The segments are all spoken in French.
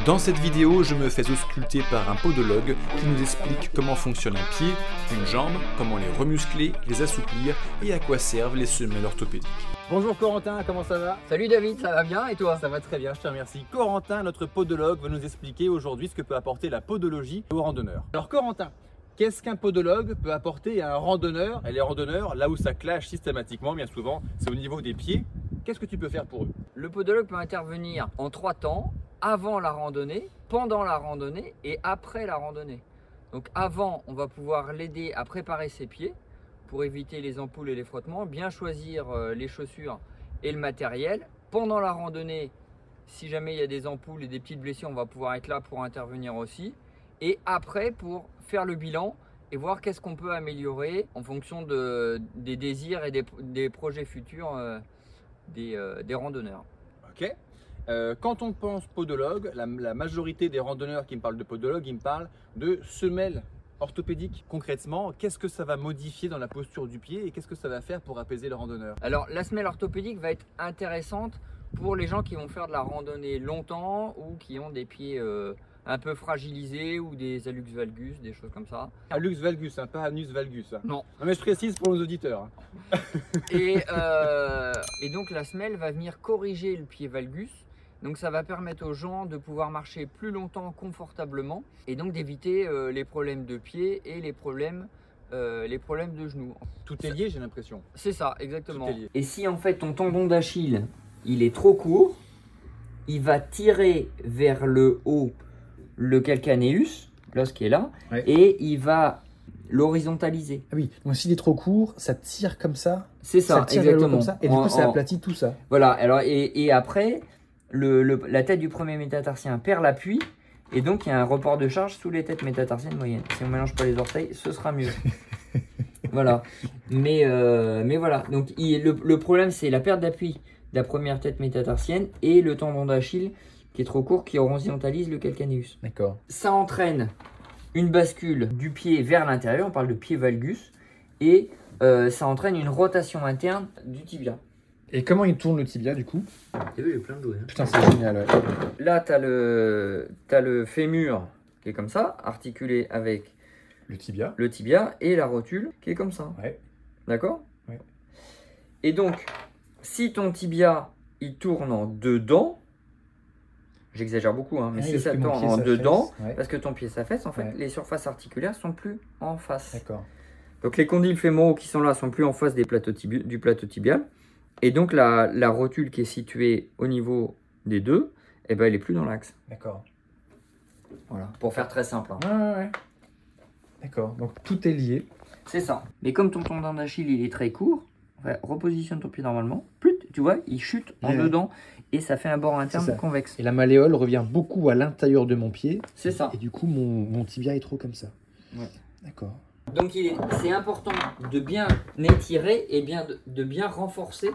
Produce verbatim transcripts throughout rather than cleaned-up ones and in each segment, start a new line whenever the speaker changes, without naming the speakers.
Dans cette vidéo, je me fais ausculter par un podologue qui nous explique comment fonctionne un pied, une jambe, comment les remuscler, les assouplir et à quoi servent les semelles orthopédiques.
Bonjour Corentin, comment ça va?
Salut David, ça va bien et toi?
Ça va très bien, je te remercie. Corentin, notre podologue, va nous expliquer aujourd'hui ce que peut apporter la podologie aux randonneurs. Alors Corentin, qu'est-ce qu'un podologue peut apporter à un randonneur? Et les randonneurs, là où ça clash systématiquement, bien souvent, c'est au niveau des pieds. Qu'est-ce que tu peux faire pour eux?
Le podologue peut intervenir en trois temps, avant la randonnée, pendant la randonnée et après la randonnée. Donc avant, on va pouvoir l'aider à préparer ses pieds pour éviter les ampoules et les frottements, bien choisir les chaussures et le matériel. Pendant la randonnée, si jamais il y a des ampoules et des petites blessures, on va pouvoir être là pour intervenir aussi. Et après, pour faire le bilan et voir qu'est-ce qu'on peut améliorer en fonction de, des désirs et des, des projets futurs euh, des, euh, des randonneurs.
Ok. Euh, quand on pense podologue, la, la majorité des randonneurs qui me parlent de podologue, ils me parlent de semelles orthopédiques. Concrètement, qu'est-ce que ça va modifier dans la posture du pied et qu'est-ce que ça va faire pour apaiser le randonneur?
Alors, la semelle orthopédique va être intéressante pour les gens qui vont faire de la randonnée longtemps ou qui ont des pieds euh, un peu fragilisés ou des hallux valgus, des choses comme ça.
Hallux valgus, hein, pas anus valgus. Hein.
Non.
Non mais je précise pour nos auditeurs. Hein.
et, euh, et donc la semelle va venir corriger le pied valgus. Donc ça va permettre aux gens de pouvoir marcher plus longtemps confortablement et donc d'éviter euh, les problèmes de pied et les problèmes, euh, les problèmes de genoux.
Tout est lié, j'ai l'impression.
C'est ça, exactement.
Tout est lié.
Et si en fait ton tendon d'Achille il est trop court, il va tirer vers le haut le calcaneus, l'os qui est là, ouais. Et il va l'horizontaliser.
Ah oui, donc s'il est trop court, ça tire comme ça.
C'est ça,
ça tire
exactement.
Comme ça, et du
en,
coup, ça
en...
aplatit tout ça.
Voilà, alors et, et après, le, le, la tête du premier métatarsien perd l'appui, et donc il y a un report de charge sous les têtes métatarsiennes moyennes. Si on ne mélange pas les orteils, ce sera mieux. Voilà. Mais, euh, mais voilà, donc il, le, le problème, c'est la perte d'appui de la première tête métatarsienne et le tendon d'Achille qui est trop court, qui horizontalise le calcaneus.
D'accord.
Ça entraîne une bascule du pied vers l'intérieur, on parle de pied valgus, et euh, ça entraîne une rotation interne du tibia.
Et comment il tourne le tibia du coup?
T'as vu, j'ai plein de jouets. Hein.
Putain, c'est génial, ouais.
Là, tu as le, t'as le fémur qui est comme ça, articulé avec
le tibia.
le tibia, et la rotule qui est comme ça.
Ouais.
D'accord?
Ouais.
Et donc, si ton tibia, il tourne en dedans, j'exagère beaucoup, hein, mais
ah,
si ça tourne en dedans,
ouais.
Parce que ton pied s'affaisse, en fait,
ouais.
les surfaces articulaires sont plus en face.
D'accord.
Donc les condyles fémoraux qui sont là sont plus en face des plateaux tibi du plateau tibial. Et donc la, la rotule qui est située au niveau des deux, eh ben, elle est plus dans l'axe.
D'accord.
Voilà, pour faire très simple. Hein.
Ouais, ouais, ouais. D'accord, donc tout est lié.
C'est ça. Mais comme ton tendon d'Achille il est très court, enfin, repositionne ton pied normalement, plus, tu vois, il chute en ouais. dedans et ça fait un bord interne convexe.
Et la malléole revient beaucoup à l'intérieur de mon pied.
C'est ça.
Et du coup, mon, mon tibia est trop comme ça.
Ouais.
D'accord.
Donc c'est important de bien étirer et bien de, de bien renforcer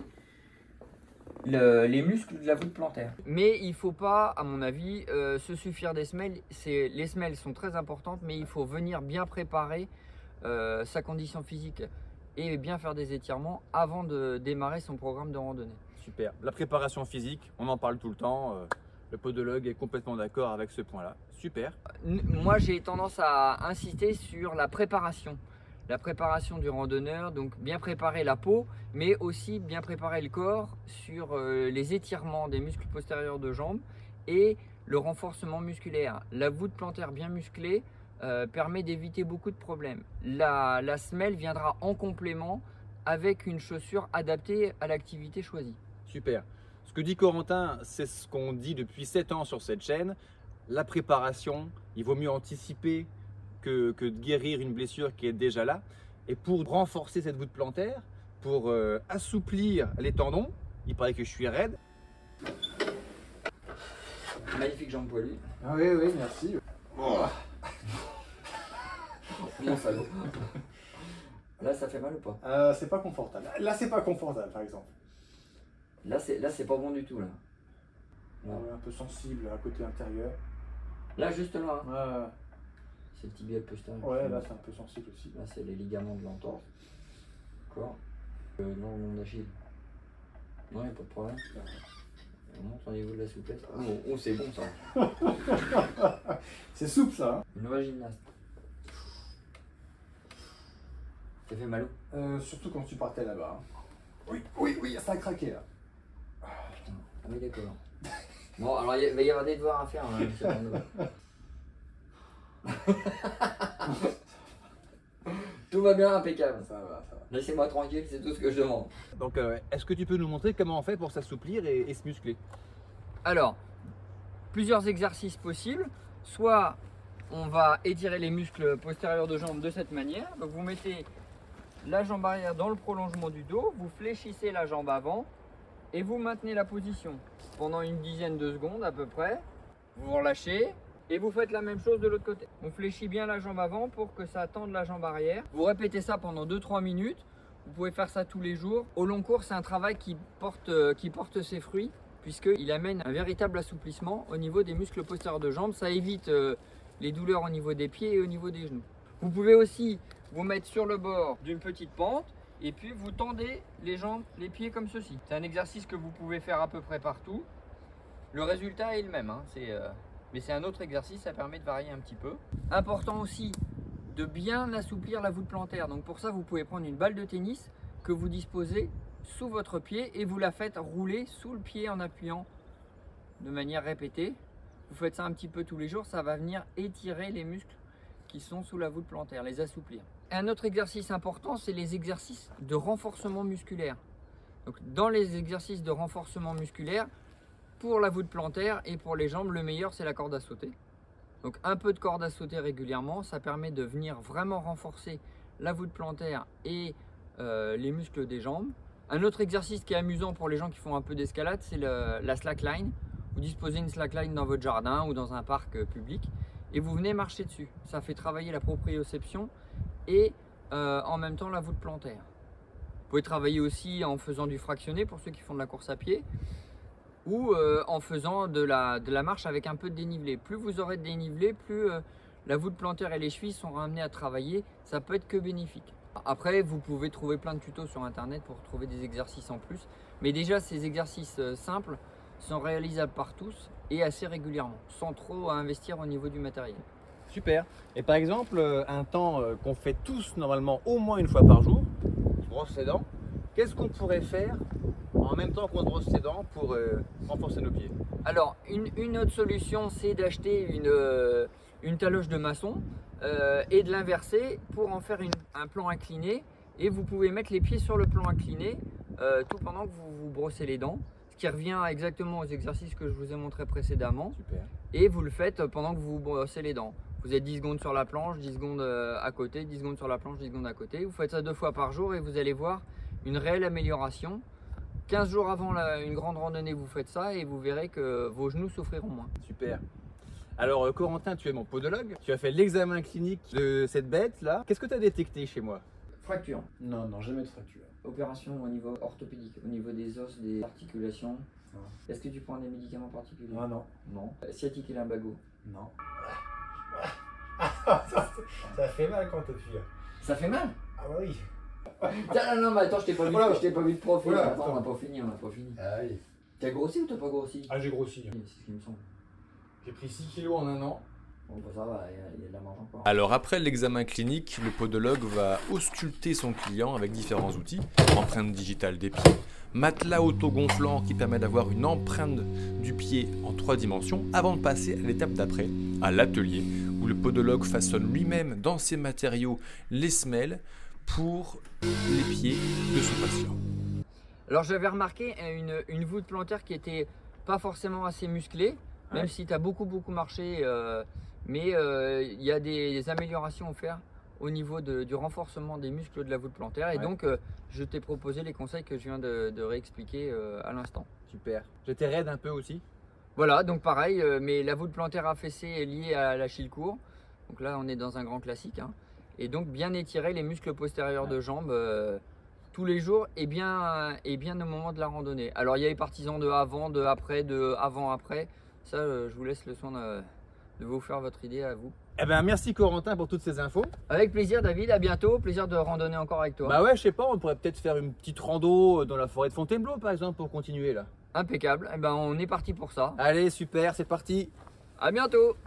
le, les muscles de la voûte plantaire. Mais il ne faut pas, à mon avis, euh, se suffire des semelles. Les semelles sont très importantes, mais il faut venir bien préparer euh, sa condition physique et bien faire des étirements avant de démarrer son programme de randonnée.
Super. La préparation physique, on en parle tout le temps. Euh... Le podologue est complètement d'accord avec ce point-là. Super.
Moi, j'ai tendance à insister sur la préparation. La préparation du randonneur, donc bien préparer la peau, mais aussi bien préparer le corps sur euh, les étirements des muscles postérieurs de jambes et le renforcement musculaire. La voûte plantaire bien musclée euh, permet d'éviter beaucoup de problèmes. La, la semelle viendra en complément avec une chaussure adaptée à l'activité choisie.
Super. Ce que dit Corentin, c'est ce qu'on dit depuis sept ans sur cette chaîne. La préparation, il vaut mieux anticiper que, que de guérir une blessure qui est déjà là. Et pour renforcer cette voûte plantaire, pour euh, assouplir les tendons, il paraît que je suis raide.
Magnifique jambe poilue.
Ah oui, oui, merci.
Oh. Mon salaud. Là, ça fait mal ou pas?
euh, C'est pas confortable. Là, c'est pas confortable, par exemple.
Là, c'est là, c'est pas bon du tout, là.
là. Un peu sensible à côté intérieur.
Là, juste là. Hein.
Ouais.
C'est le tibial postérieur.
Ouais, là, c'est un peu sensible aussi.
Là, c'est les ligaments de l'entorse. D'accord. Euh, non, mon Achille. Non, il n'y a pas de problème. On monte au niveau de la souplesse. Oh, oh c'est bon ça.
C'est souple ça. Hein.
Une vraie gymnaste. Ça fait mal où?
Euh, surtout quand tu partais là-bas. Hein. Oui, oui, oui, ça a craqué là.
Ah oui, d'accord. Bon, alors il va y avoir des devoirs à faire. Hein, monsieur Brando. Tout va bien, impeccable.
Ça va, ça va.
Laissez-moi tranquille, c'est tout ce que je demande.
Donc, euh, est-ce que tu peux nous montrer comment on fait pour s'assouplir et, et se muscler?
Alors, plusieurs exercices possibles. Soit on va étirer les muscles postérieurs de jambe de cette manière. Donc vous mettez la jambe arrière dans le prolongement du dos, vous fléchissez la jambe avant et vous maintenez la position pendant une dizaine de secondes à peu près. Vous relâchez et vous faites la même chose de l'autre côté. On fléchit bien la jambe avant pour que ça tende la jambe arrière. Vous répétez ça pendant deux trois minutes. Vous pouvez faire ça tous les jours. Au long cours, c'est un travail qui porte, qui porte ses fruits, puisqu'il amène un véritable assouplissement au niveau des muscles postérieurs de jambes. Ça évite euh, les douleurs au niveau des pieds et au niveau des genoux. Vous pouvez aussi vous mettre sur le bord d'une petite pente et puis vous tendez les jambes, les pieds comme ceci. C'est un exercice que vous pouvez faire à peu près partout. Le résultat est le même, hein. c'est, euh, mais c'est un autre exercice, ça permet de varier un petit peu. Important aussi de bien assouplir la voûte plantaire. Donc pour ça, vous pouvez prendre une balle de tennis que vous disposez sous votre pied et vous la faites rouler sous le pied en appuyant de manière répétée. Vous faites ça un petit peu tous les jours, ça va venir étirer les muscles qui sont sous la voûte plantaire, les assouplir. Un autre exercice important, c'est les exercices de renforcement musculaire. Donc dans les exercices de renforcement musculaire, pour la voûte plantaire et pour les jambes, le meilleur c'est la corde à sauter. Donc un peu de corde à sauter régulièrement, ça permet de venir vraiment renforcer la voûte plantaire et euh, les muscles des jambes. Un autre exercice qui est amusant pour les gens qui font un peu d'escalade, c'est la slackline. Vous disposez une slackline dans votre jardin ou dans un parc euh, public et vous venez marcher dessus. Ça fait travailler la proprioception et euh, en même temps la voûte plantaire. Vous pouvez travailler aussi en faisant du fractionné pour ceux qui font de la course à pied ou euh, en faisant de la, de la marche avec un peu de dénivelé. Plus vous aurez de dénivelé, plus euh, la voûte plantaire et les chevilles sont ramenées à travailler. Ça peut être que bénéfique. Après, vous pouvez trouver plein de tutos sur internet pour trouver des exercices en plus. Mais déjà, ces exercices euh, simples sont réalisables par tous et assez régulièrement, sans trop investir au niveau du matériel.
Super. Et par exemple, euh, un temps euh, qu'on fait tous normalement au moins une fois par jour, on se brosse les dents. Qu'est-ce qu'on pourrait faire en même temps qu'on se brosse les dents pour euh, renforcer nos pieds?
Alors, une, une autre solution, c'est d'acheter une, euh, une taloche de maçon euh, et de l'inverser pour en faire une, un plan incliné. Et vous pouvez mettre les pieds sur le plan incliné euh, tout pendant que vous vous brossez les dents. Ce qui revient exactement aux exercices que je vous ai montré précédemment.
Super.
Et vous le faites pendant que vous vous brossez les dents. Vous êtes dix secondes sur la planche, dix secondes à côté, dix secondes sur la planche, dix secondes à côté. Vous faites ça deux fois par jour et vous allez voir une réelle amélioration. quinze jours avant la, une grande randonnée, vous faites ça et vous verrez que vos genoux souffriront moins.
Super. Alors, euh, Corentin, tu es mon podologue. Tu as fait l'examen clinique de cette bête là. Qu'est-ce que tu as détecté chez moi?
Fracture.
Non, non, jamais de fracture.
Opération au niveau orthopédique, au niveau des os, des articulations.
Non.
Est-ce que tu prends des médicaments particuliers?
Ah non.
Non. Sciatique et lumbago.
Non. ça, ça fait mal quand tu fuis.
Ça fait mal?
Ah bah oui.
Non, non, mais attends, je t'ai pas vu,
Voilà.
je t'ai pas vu de profil.
Voilà,
attends, on
attends.
n'a pas fini, on n'a pas fini.
Ah oui.
T'as grossi ou t'as pas grossi?
Ah j'ai grossi.
Oui, c'est ce qui me semble.
J'ai pris six kilos en un an.
Bon, bah ça va, il y a- il y, a de la marge encore.
Alors après l'examen clinique, le podologue va ausculter son client avec différents outils, empreinte digitale des pieds, matelas autogonflant qui permet d'avoir une empreinte du pied en trois dimensions avant de passer à l'étape d'après, à l'atelier, où le podologue façonne lui-même dans ses matériaux les semelles pour les pieds de son patient.
Alors j'avais remarqué une, une voûte plantaire qui était pas forcément assez musclée, même
Ouais.
si tu as beaucoup beaucoup marché, euh, mais il euh, y a des, des améliorations à faire au niveau de, du renforcement des muscles de la voûte plantaire. Et
Ouais.
donc euh, je t'ai proposé les conseils que je viens de, de réexpliquer euh, à l'instant.
Super. J'étais raide un peu aussi.
Voilà, donc pareil, euh, mais la voûte plantaire affaissée est liée à l'Achille court. Donc là on est dans un grand classique, hein. Et donc bien étirer les muscles postérieurs
Ouais.
de jambes euh, tous les jours et bien, et bien au moment de la randonnée. Alors il y a les partisans de avant, de après, de avant, après. Ça, euh, je vous laisse le soin de, de vous faire votre idée à vous.
Eh ben merci Corentin pour toutes ces infos.
Avec plaisir David, à bientôt, plaisir de randonner encore avec toi.
Bah ouais, je sais pas, on pourrait peut-être faire une petite rando dans la forêt de Fontainebleau par exemple pour continuer là.
Impeccable, eh ben, on est parti pour ça.
Allez, super, c'est parti.
À bientôt.